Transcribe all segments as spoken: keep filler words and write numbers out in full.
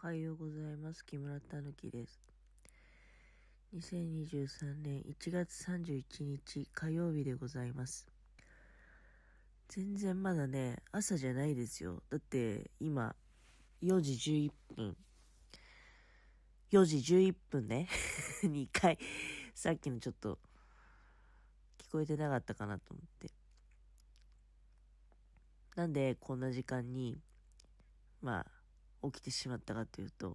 おはようございます。木村たぬきです。にせんにじゅうさんねんいちがつさんじゅういちにち火曜日でございます。全然まだね、朝じゃないですよ。だって今よじじゅういっぷん。よじじゅういっぷんね。にかい、さっきのちょっと聞こえてなかったかなと思って。なんでこんな時間に、まあ、起きてしまったかというと、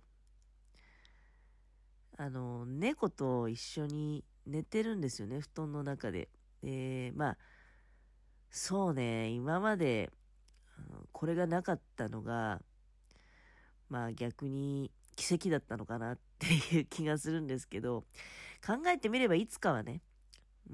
あの、猫と一緒に寝てるんですよね、布団の中で。で、まあ、そうね、今まで、あのこれがなかったのが、まあ逆に奇跡だったのかなっていう気がするんですけど、考えてみればいつかはね、うん、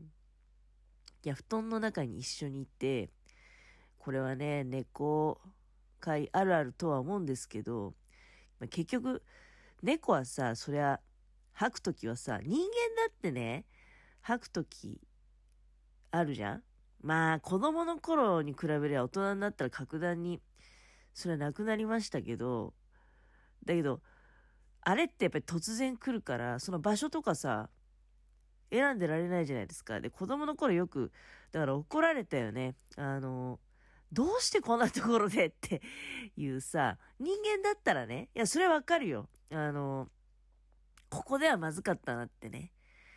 いや、布団の中に一緒にいて、これはね、猫界あるあるとは思うんですけど、まあ結局、猫はさ、そりゃ、吐くときはさ、人間だってね、吐くときあるじゃん。まあ、子供の頃に比べれば大人になったら格段に、それはなくなりましたけど、だけど、あれってやっぱり突然来るから、その場所とかさ、選んでられないじゃないですか。で、子供の頃よく、だから怒られたよね。あの、どうしてこんなところでっていうさ、人間だったらね、いや、それはわかるよ。あの、ここではまずかったなってね。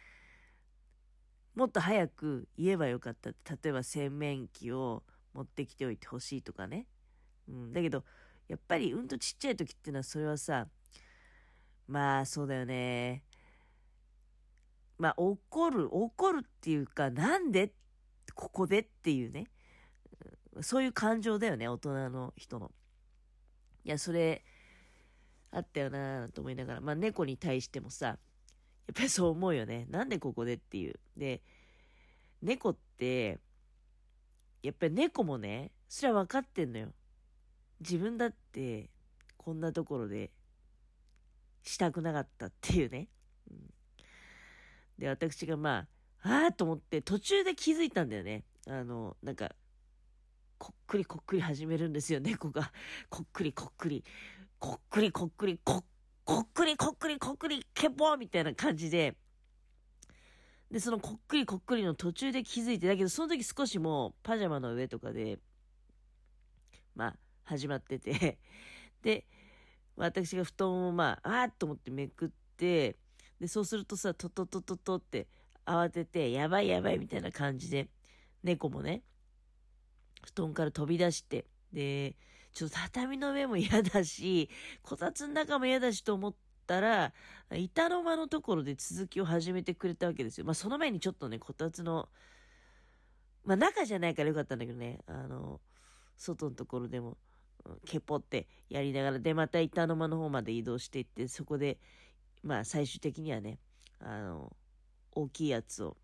もっと早く言えばよかった。例えば洗面器を持ってきておいてほしいとかね。うん、だけど、やっぱりうんとちっちゃい時ってのはそれはさ、まあそうだよね。まあ怒る、怒るっていうか、なんでここでっていうね。そういう感情だよね、大人の人の。いや、それ、あったよなぁと思いながら。まあ猫に対してもさ、やっぱりそう思うよね。なんでここでっていう。で、猫って、やっぱり猫もね、それは分かってんのよ。自分だって、こんなところで、したくなかったっていうね。うん、で、私がまあ、ああと思って途中で気づいたんだよね。あの、なんか、こっくりこっくり始めるんですよ、猫が。こっくりこっくり、こっくりこっくり、こ、こっくりこっくりこっくり、ケポーみたいな感じで、で、そのこっくりこっくりの途中で気づいて、だけどその時少しもうパジャマの上とかで、まあ、始まってて、で、私が布団をまあ、あーっと思ってめくって、で、そうするとさ、トトトトトって慌てて、やばいやばいみたいな感じで、猫もね、布団から飛び出して、で、ちょっと畳の上も嫌だし、こたつの中も嫌だしと思ったら、板の間のところで続きを始めてくれたわけですよ。まあその前にちょっとね、こたつの、まあ中じゃないからよかったんだけどね、あの、外のところでも、ケポってやりながら、で、また板の間の方まで移動していって、そこで、まあ最終的にはね、あの、大きいやつを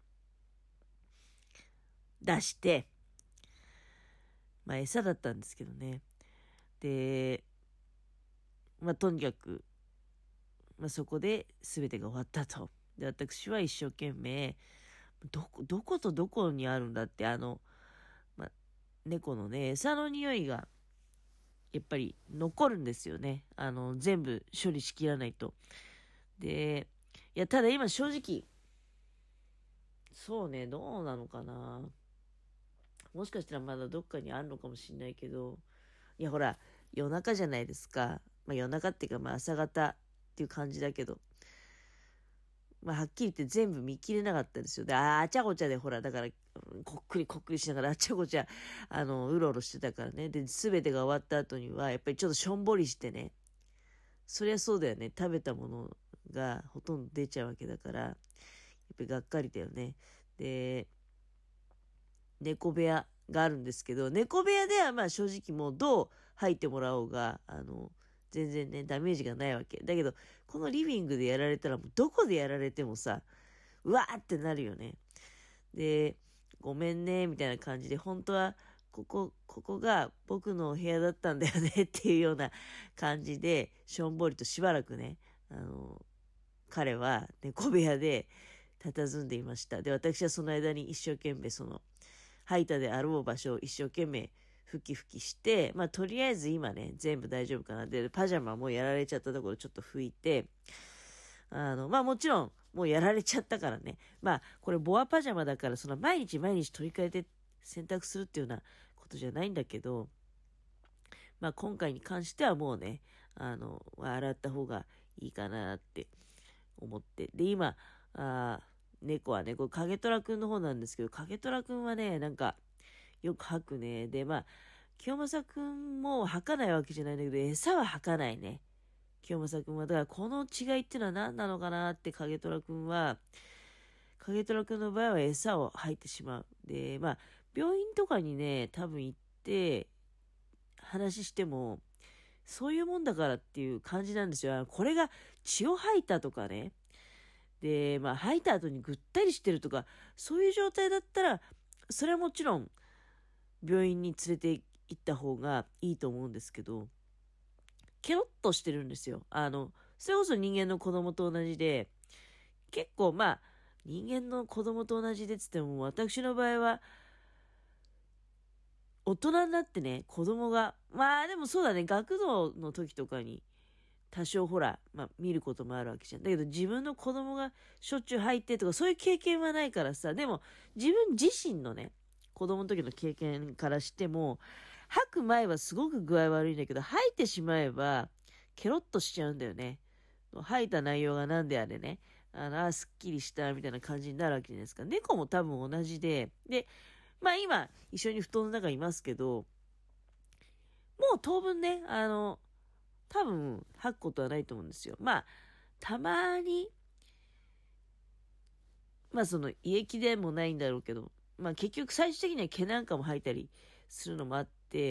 出して、まあ餌だったんですけどね。で、まあとにかく、まあそこで全てが終わったと。で、私は一生懸命、どこ、どことどこにあるんだって、あの、まあ、猫のね、餌の匂いが、やっぱり残るんですよね。あの、全部処理しきらないと。で、いや、ただ今正直、そうね、どうなのかな。もしかしたらまだどっかにあるのかもしれないけど、いや、ほら、夜中じゃないですか。まあ夜中っていうか、まあ朝方っていう感じだけど、まあはっきり言って全部見切れなかったですよ。で、ああちゃこちゃでほら、だから、こっくりこっくりしながらあちゃこちゃ、あの、うろうろしてたからね。で、すべてが終わった後には、やっぱりちょっとしょんぼりしてね。そりゃそうだよね。食べたものがほとんど出ちゃうわけだから、やっぱりがっかりだよね。で、猫部屋があるんですけど、猫部屋ではまあ正直もうどう入ってもらおうが、あの、全然ね、ダメージがないわけ。だけど、このリビングでやられたらもうどこでやられてもさ、うわーってなるよね。で、ごめんね、みたいな感じで、本当は、ここ、ここが僕のお部屋だったんだよねっていうような感じで、しょんぼりとしばらくね、あの、彼は猫部屋で佇んでいました。で、私はその間に一生懸命その、吐いたであろう場所を一生懸命ふきふきして、まあとりあえず今ね、全部大丈夫かな。で、パジャマもやられちゃったところちょっと拭いて、あの、まあもちろん、もうやられちゃったからね。まあ、これボアパジャマだから、その毎日毎日取り替えて洗濯するっていうようなことじゃないんだけど、まあ今回に関してはもうね、あの、洗った方がいいかなって思って。で、今、あ猫はね、これ影虎くんの方なんですけど、影虎くんはね、なんか、よく吐くね。で、まあ、清正くんも吐かないわけじゃないんだけど、餌は吐かないね。清正くんは。だからこの違いっていうのは何なのかなって影虎くんは、影虎くんの場合は餌を吐いてしまう。で、まあ、病院とかにね、多分行って話しても、そういうもんだからっていう感じなんですよ。これが血を吐いたとかね。で、まあ、吐いた後にぐったりしてるとか、そういう状態だったら、それはもちろん病院に連れて行った方がいいと思うんですけど、ケロッとしてるんですよ。あの、それこそ人間の子供と同じで、結構まあ、人間の子供と同じでっつっても、私の場合は、大人になってね、子供が、まあでもそうだね、学童の時とかに、多少ほら、まあ見ることもあるわけじゃん。だけど自分の子供がしょっちゅう入ってとか、そういう経験はないからさ、でも自分自身のね、子供の時の経験からしても、吐く前はすごく具合悪いんだけど、吐いてしまえば、ケロッとしちゃうんだよね。吐いた内容がなんであれね、あの、あ、すっきりしたみたいな感じになるわけじゃないですか。猫も多分同じで、で、まあ今、一緒に布団の中にいますけど、もう当分ね、あの、多分吐くことはないと思うんですよ。まあ、たまに、まあその胃液でもないんだろうけど、まあ結局最終的には毛なんかも吐いたりするのもあって、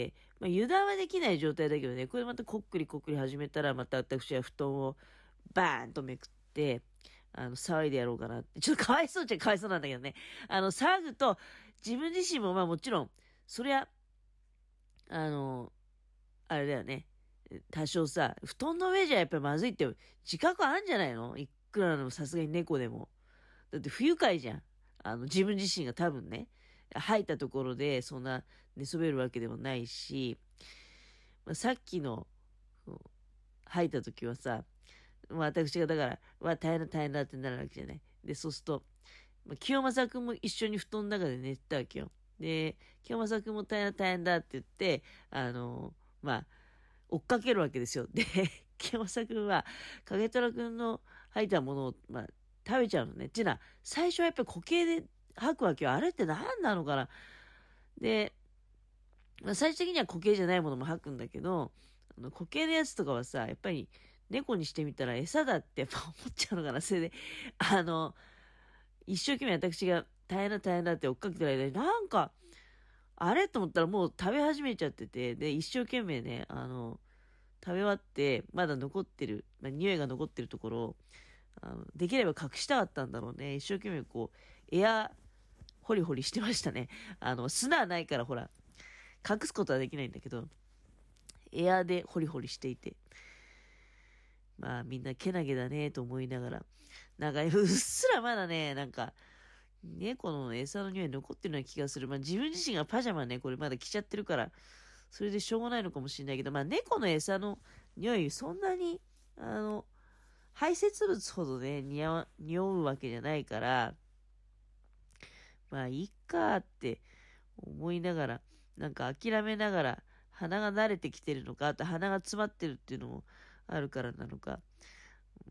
まあ油断はできない状態だけどね、これまたこっくりこっくり始めたら、また私は布団をバーンとめくって、あの、騒いでやろうかなって。ちょっとかわいそうっちゃかわいそうなんだけどね。あの、騒ぐと、自分自身もまあもちろん、そりゃ、あの、あれだよね。多少さ、布団の上じゃやっぱりまずいって自覚あるんじゃないの？いくらでもさすがに猫でも。だって不愉快じゃん。あの、自分自身が多分ね、吐いたところでそんな寝そべるわけでもないし、まあ、さっきの、吐いた時はさ、まあ、私がだから、わ、大変だ大変だってなるわけじゃない。で、そうすると、まあ、清正くんも一緒に布団の中で寝てたわけよ。で、清正くんも大変だ大変だって言って、あのまあ、追っかけるわけですよ。で、清正くんは、影虎くんの吐いたものを、まあ、食べちゃうのね。っていうのは、最初はやっぱり固形で吐くわけよ。あれって何なのかな。で、まあ、最終的には固形じゃないものも吐くんだけど、あの固形のやつとかはさ、やっぱり猫にしてみたら餌だってやっぱ思っちゃうのかな。それで、あの、一生懸命私が大変だ大変だって追っかけてる間に、なんか、あれと思ったらもう食べ始めちゃってて、で、一生懸命ね、あの、食べ終わって、まだ残ってる、まあ、匂いが残ってるところを、あのできれば隠したかったんだろうね。一生懸命こう、エア、ホリホリしてましたね。あの、砂はないからほら、隠すことはできないんだけど、エアでホリホリしていて、まあみんなけなげだねと思いながら、なんかうっすらまだね、なんか、猫の餌の匂い残ってるような気がする。まあ自分自身がパジャマね、これまだ着ちゃってるから、それでしょうがないのかもしれないけど、まあ猫の餌の匂い、そんなに、あの、排泄物ほどね、匂うわけじゃないから、まあいいかって思いながら、なんか諦めながら、鼻が慣れてきてるのか、あと鼻が詰まってるっていうのもあるからなのか、うん、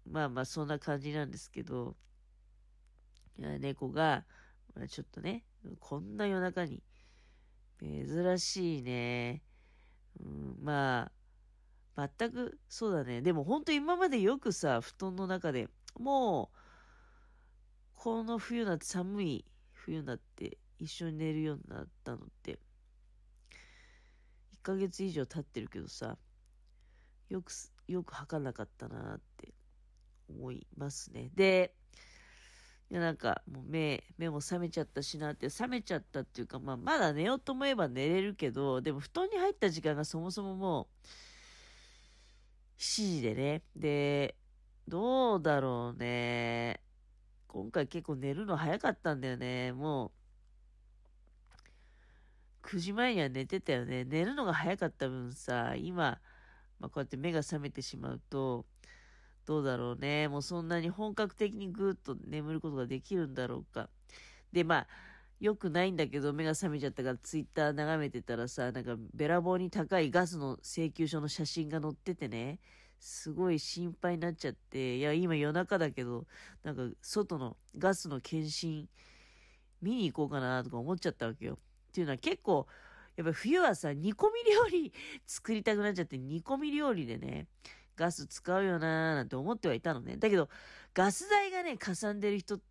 まあまあそんな感じなんですけど、いや猫が、まあ、ちょっとね、こんな夜中に、珍しいね。うん、まあ、全くそうだね。でも本当今までよくさ、布団の中でもう、この冬になって寒い冬になって一緒に寝るようになったのって、いっかげつ以上経ってるけどさ、よくす、よく吐かなかったなって思いますね。で、いやなんかもう目、目も覚めちゃったしなって、覚めちゃったっていうか、まあまだ寝ようと思えば寝れるけど、でも布団に入った時間がそもそももうしちじでね。で、どうだろうね。今回結構寝るの早かったんだよね。もうくじまえには寝てたよね。寝るのが早かった分さ、今、まあ、こうやって目が覚めてしまうと、どうだろうね。もうそんなに本格的にぐーっと眠ることができるんだろうか。で、まあ、よくないんだけど、目が覚めちゃったからツイッター眺めてたらさ、なんかべらぼうに高いガスの請求書の写真が載っててね、すごい心配になっちゃって、いや、今夜中だけど、なんか外のガスの検診見に行こうかなとか思っちゃったわけよ。っていうのは結構、やっぱ冬はさ、煮込み料理作りたくなっちゃって、煮込み料理でね、ガス使うよなーなんて思ってはいたのね。だけど、ガス代がね、かさんでる人って、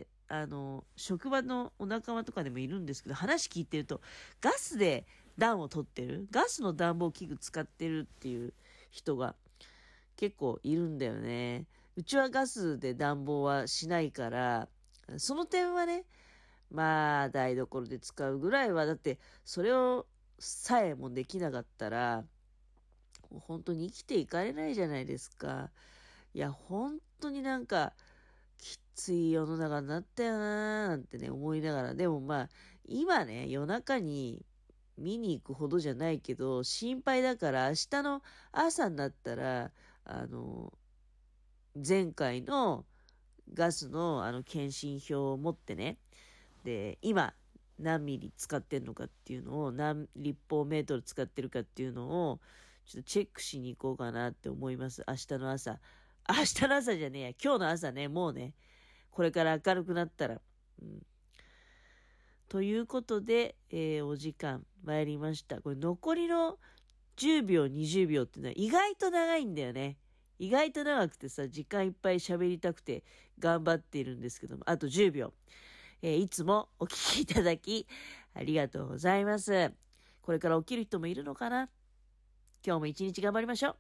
あの、職場のお仲間とかでもいるんですけど、話聞いてると、ガスで暖を取ってる、ガスの暖房器具使ってるっていう人が結構いるんだよね。うちはガスで暖房はしないから、その点はね、まあ、台所で使うぐらいは、だって、それをさえもできなかったら、本当に生きていかれないじゃないですか。いや、本当になんか、きつい世の中になったよなーなんてね、思いながら。でもまあ、今ね、夜中に見に行くほどじゃないけど、心配だから、明日の朝になったら、あの、前回のガスのあの検診票を持ってね、で、今、何ミリ使ってんのかっていうのを、何立方メートル使ってるかっていうのを、ちょっとチェックしに行こうかなって思います。明日の朝。明日の朝じゃねえや。今日の朝ね、もうね、これから明るくなったら。うん、ということで、えーお時間参りました。これ残りのじゅうびょう、にじゅうびょうっていうのは意外と長いんだよね。意外と長くてさ、時間いっぱい喋りたくて頑張っているんですけども、あとじゅうびょう。えーいつもお聞きいただきありがとうございます。これから起きる人もいるのかな。今日も一日頑張りましょう。